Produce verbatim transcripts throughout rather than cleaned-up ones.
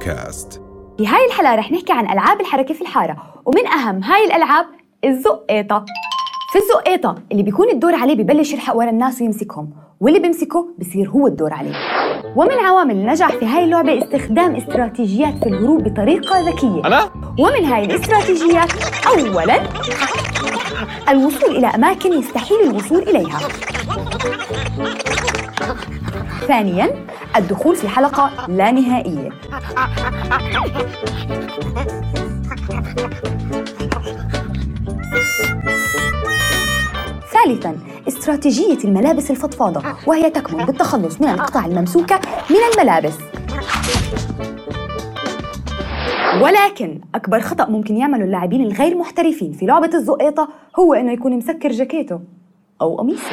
بودكاست. في هاي الحلقة رح نحكي عن ألعاب الحركة في الحارة، ومن أهم هاي الألعاب الزقيطة. في الزقيطة اللي بيكون الدور عليه ببلش يلحق ورا الناس ويمسكهم، واللي بيمسكه بصير هو الدور عليه. ومن عوامل النجاح في هاي اللعبة استخدام استراتيجيات في الهروب بطريقة ذكية. أنا؟ ومن هاي الاستراتيجيات أولاً الوصول إلى أماكن يستحيل الوصول إليها. ثانياً الدخول في حلقة لا نهائية. ثالثاً استراتيجية الملابس الفضفاضة، وهي تكمن بالتخلص من الأقطاع الممسوكة من الملابس. ولكن أكبر خطأ ممكن يعمله اللاعبين الغير محترفين في لعبة الزقيطة هو إنه يكون مسكر جاكيته أو قميصه.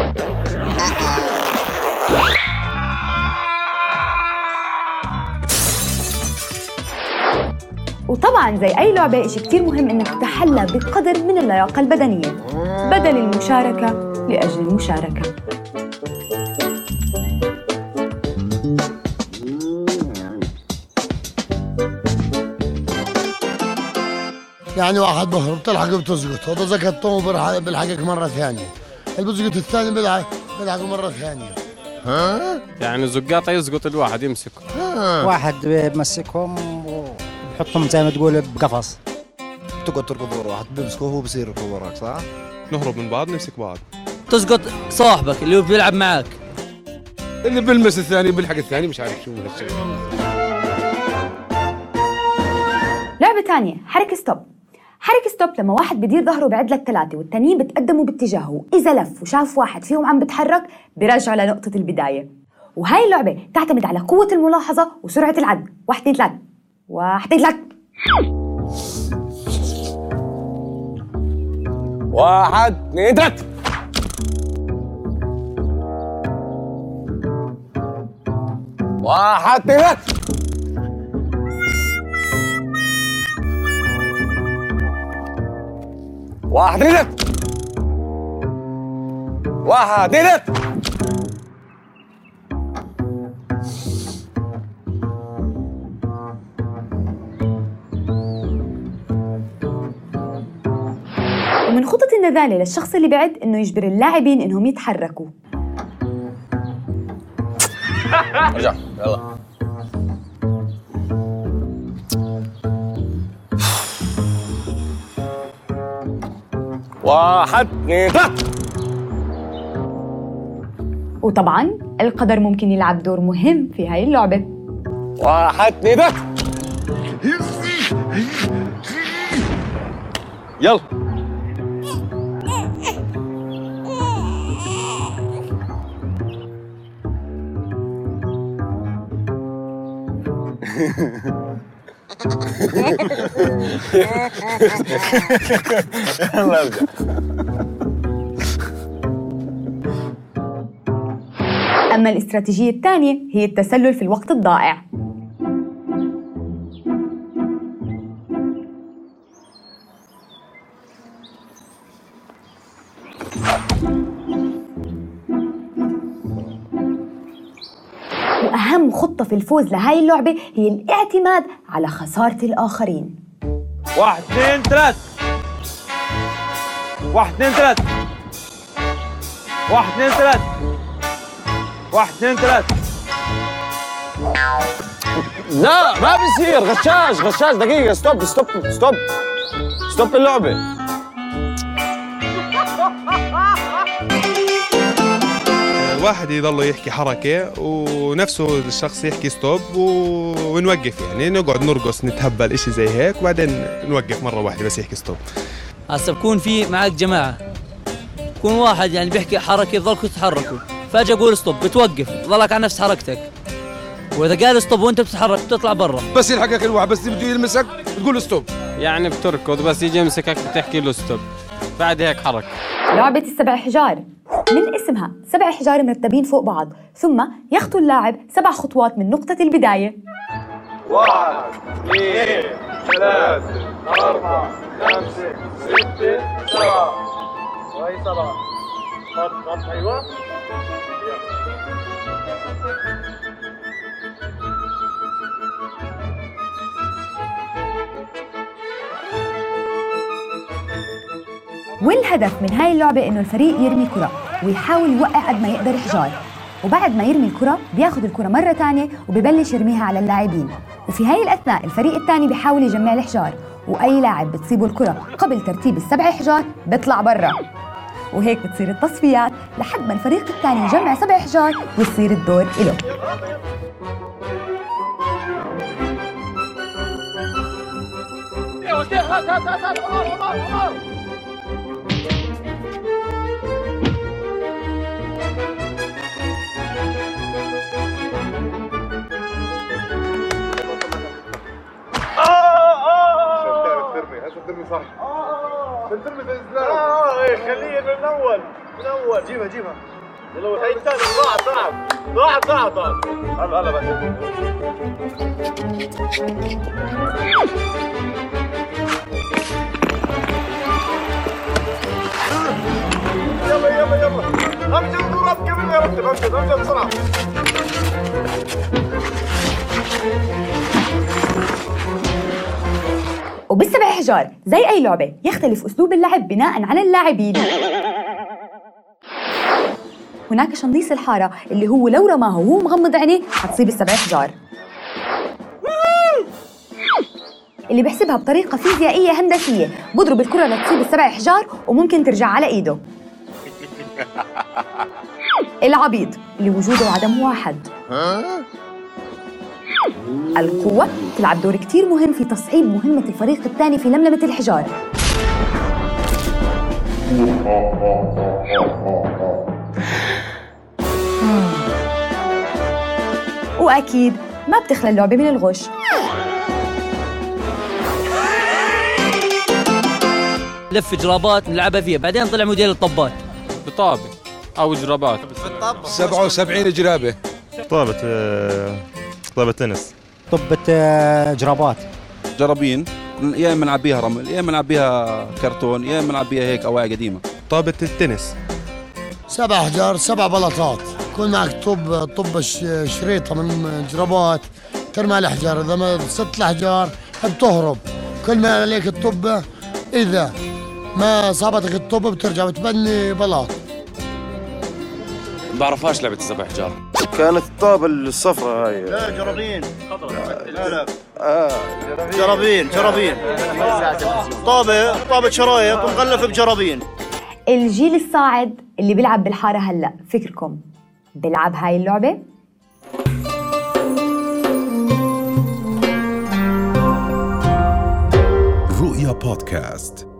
وطبعاً زي أي لعبة إشي كتير مهم إنك تتحلى بقدر من اللياقة البدنية بدل المشاركة لأجل المشاركة. يعني واحد بهرب تلحق بتزقط، وإذا زقطته بيلحقك مرة ثانية، البزقط الثاني بيلحق بيلحقه مرة ثانية. ها؟ يعني الزقاطة يزقط الواحد يمسكه. ها. واحد بيمسكهم ويحطهم زي ما تقول بقفص. تقعد تركض ورا واحد بيمسكه وهو بصير يركض وراك، صح؟ نهرب من بعض نمسك بعض. تسقط صاحبك اللي هو بيلعب معك، اللي بيلمس الثاني بيلحق الثاني، مش عارف شو هالشيء. لعبة تانية حركة ستوب. حركة ستوب لما واحد بدير ظهره بعد للثلاثة والتانيين بتقدموا باتجاهه، إذا لف وشاف واحد فيهم عم بتحرك برجعه لنقطة البداية. وهاي اللعبة تعتمد على قوة الملاحظة وسرعة العد. واحد اثنين ثلاثة واحد اثنين ثلاثة واحد اثنين ثلاثة واحد اثنين ثلاثة واحد اثنين ثلاثة واحد اثنين ثلاثة. ومن خطط النذالة للشخص اللي بعد إنه يجبر اللاعبين إنهم يتحركوا. ارجع يلا. واحد اثنين ثلاثة. وطبعاً القدر ممكن يلعب دور مهم في هاي اللعبة. واحد اثنين ثلاثة يلا. يلا ارجع. أما الاستراتيجية الثانية هي التسلل في الوقت الضائع. وأهم خطة في الفوز لهاي اللعبة هي الاعتماد على خسارة الآخرين. واحد اثنين ثلاثة واحد اثنين ثلاثة واحد اثنين ثلاثة واحد اثنين ثلاثة. لا ما بيصير، غشاش غشاش. دقيقة، ستوب ستوب ستوب ستوب اللعبة. الواحد يضل يحكي حركة ونفسه الشخص يحكي ستوب ونوقف، يعني نقعد نرقص نتهبل إشي زي هيك، وبعدين نوقف مرة واحدة بس يحكي ستوب. هسا بكون في معك جماعة، بكون واحد يعني بيحكي حركة يضلكوا تتحركوا، فجأة أقول ستوب بتوقف ضلك على نفس حركتك، وإذا قال ستوب وأنت بتتحرك بتطلع برا. بس يلحقك الواحد بس بده يلمسك تقول ستوب، يعني بتركض بس يجي يمسكك بتحكي له ستوب، بعد هيك حرك. لعبة السبع حجار من اسمها سبع حجار مرتبين فوق بعض، ثم يخطو اللاعب سبع خطوات من نقطة البداية. واحد اثنين ثلاثة أربعة خمسة ستة سبعة. وهي سبعة. خط خط أيوة. والهدف من هاي اللعبة إنه الفريق يرمي كرة ويحاول يوقع قد ما يقدر حجار، وبعد ما يرمي الكرة بياخد الكرة مرة تانية وبيبلش يرميها على اللاعبين، وفي هاي الأثناء الفريق الثاني بيحاول يجمع الحجار، وأي لاعب بتصيبه الكرة قبل ترتيب السبع حجار بيطلع برا. وهيك بتصير التصفيات لحد ما الفريق الثاني يجمع سبع حجار ويصير الدور إله. صح عشان ترمي في الزلمه. اه ايه خليه من الاول من الاول. جيبها جيبها يلا. هي الثاني ضاعت ضاعت ضاعت ضاعت هلا هلا بس. يلا يلا يلا امجد ضرب قبل ما يرتب. امجد امجد بسرعه. وبالسبع حجار زي أي لعبة يختلف أسلوب اللعب بناء على اللاعبين. هناك شنديس الحارة اللي هو لو رماه وهو مغمض عينيه حتصيب السبع حجار، اللي بيحسبها بطريقة فيزيائية هندسية، بضرب الكرة لتصيب السبع حجار وممكن ترجع على إيده. العبيط اللي وجوده وعدم واحد. القوة تلعب دور كتير مهم في تصعيب مهمة الفريق الثاني في لملمة الحجار. وأكيد ما بتخلى اللعبة من الغش. لف جرابات نلعبها فيها، بعدين طلع موديل الطبات. بطابة أو جرابات. سبعة وسبعين جرابة. طابة طابة تنس. طبة جرابات. جرابين، يا اما نعبيها رمل، يا اما نعبيها كرتون، يا اما نعبيها هيك أواعي قديمة. طابة التنس. سبع أحجار سبع بلاطات، يكون معك طب طب شريطة من جرابات ترمى الأحجار. إذا ما ست الأحجار بتهرب، كل ما عليك الطبة إذا ما صابتك الطبة بترجع بتبني بلاط. بعرفهاش لعبة السبع أحجار. كانت الطابة الصفراء هاي. لا جرابين. لا لا آه جرابين جرابين. طابة طابة شرايط ومغلفة بجرابين. الجيل الصاعد اللي بيلعب بالحارة هلأ فكركم بيلعب هاي اللعبة؟ رؤيا بودكاست.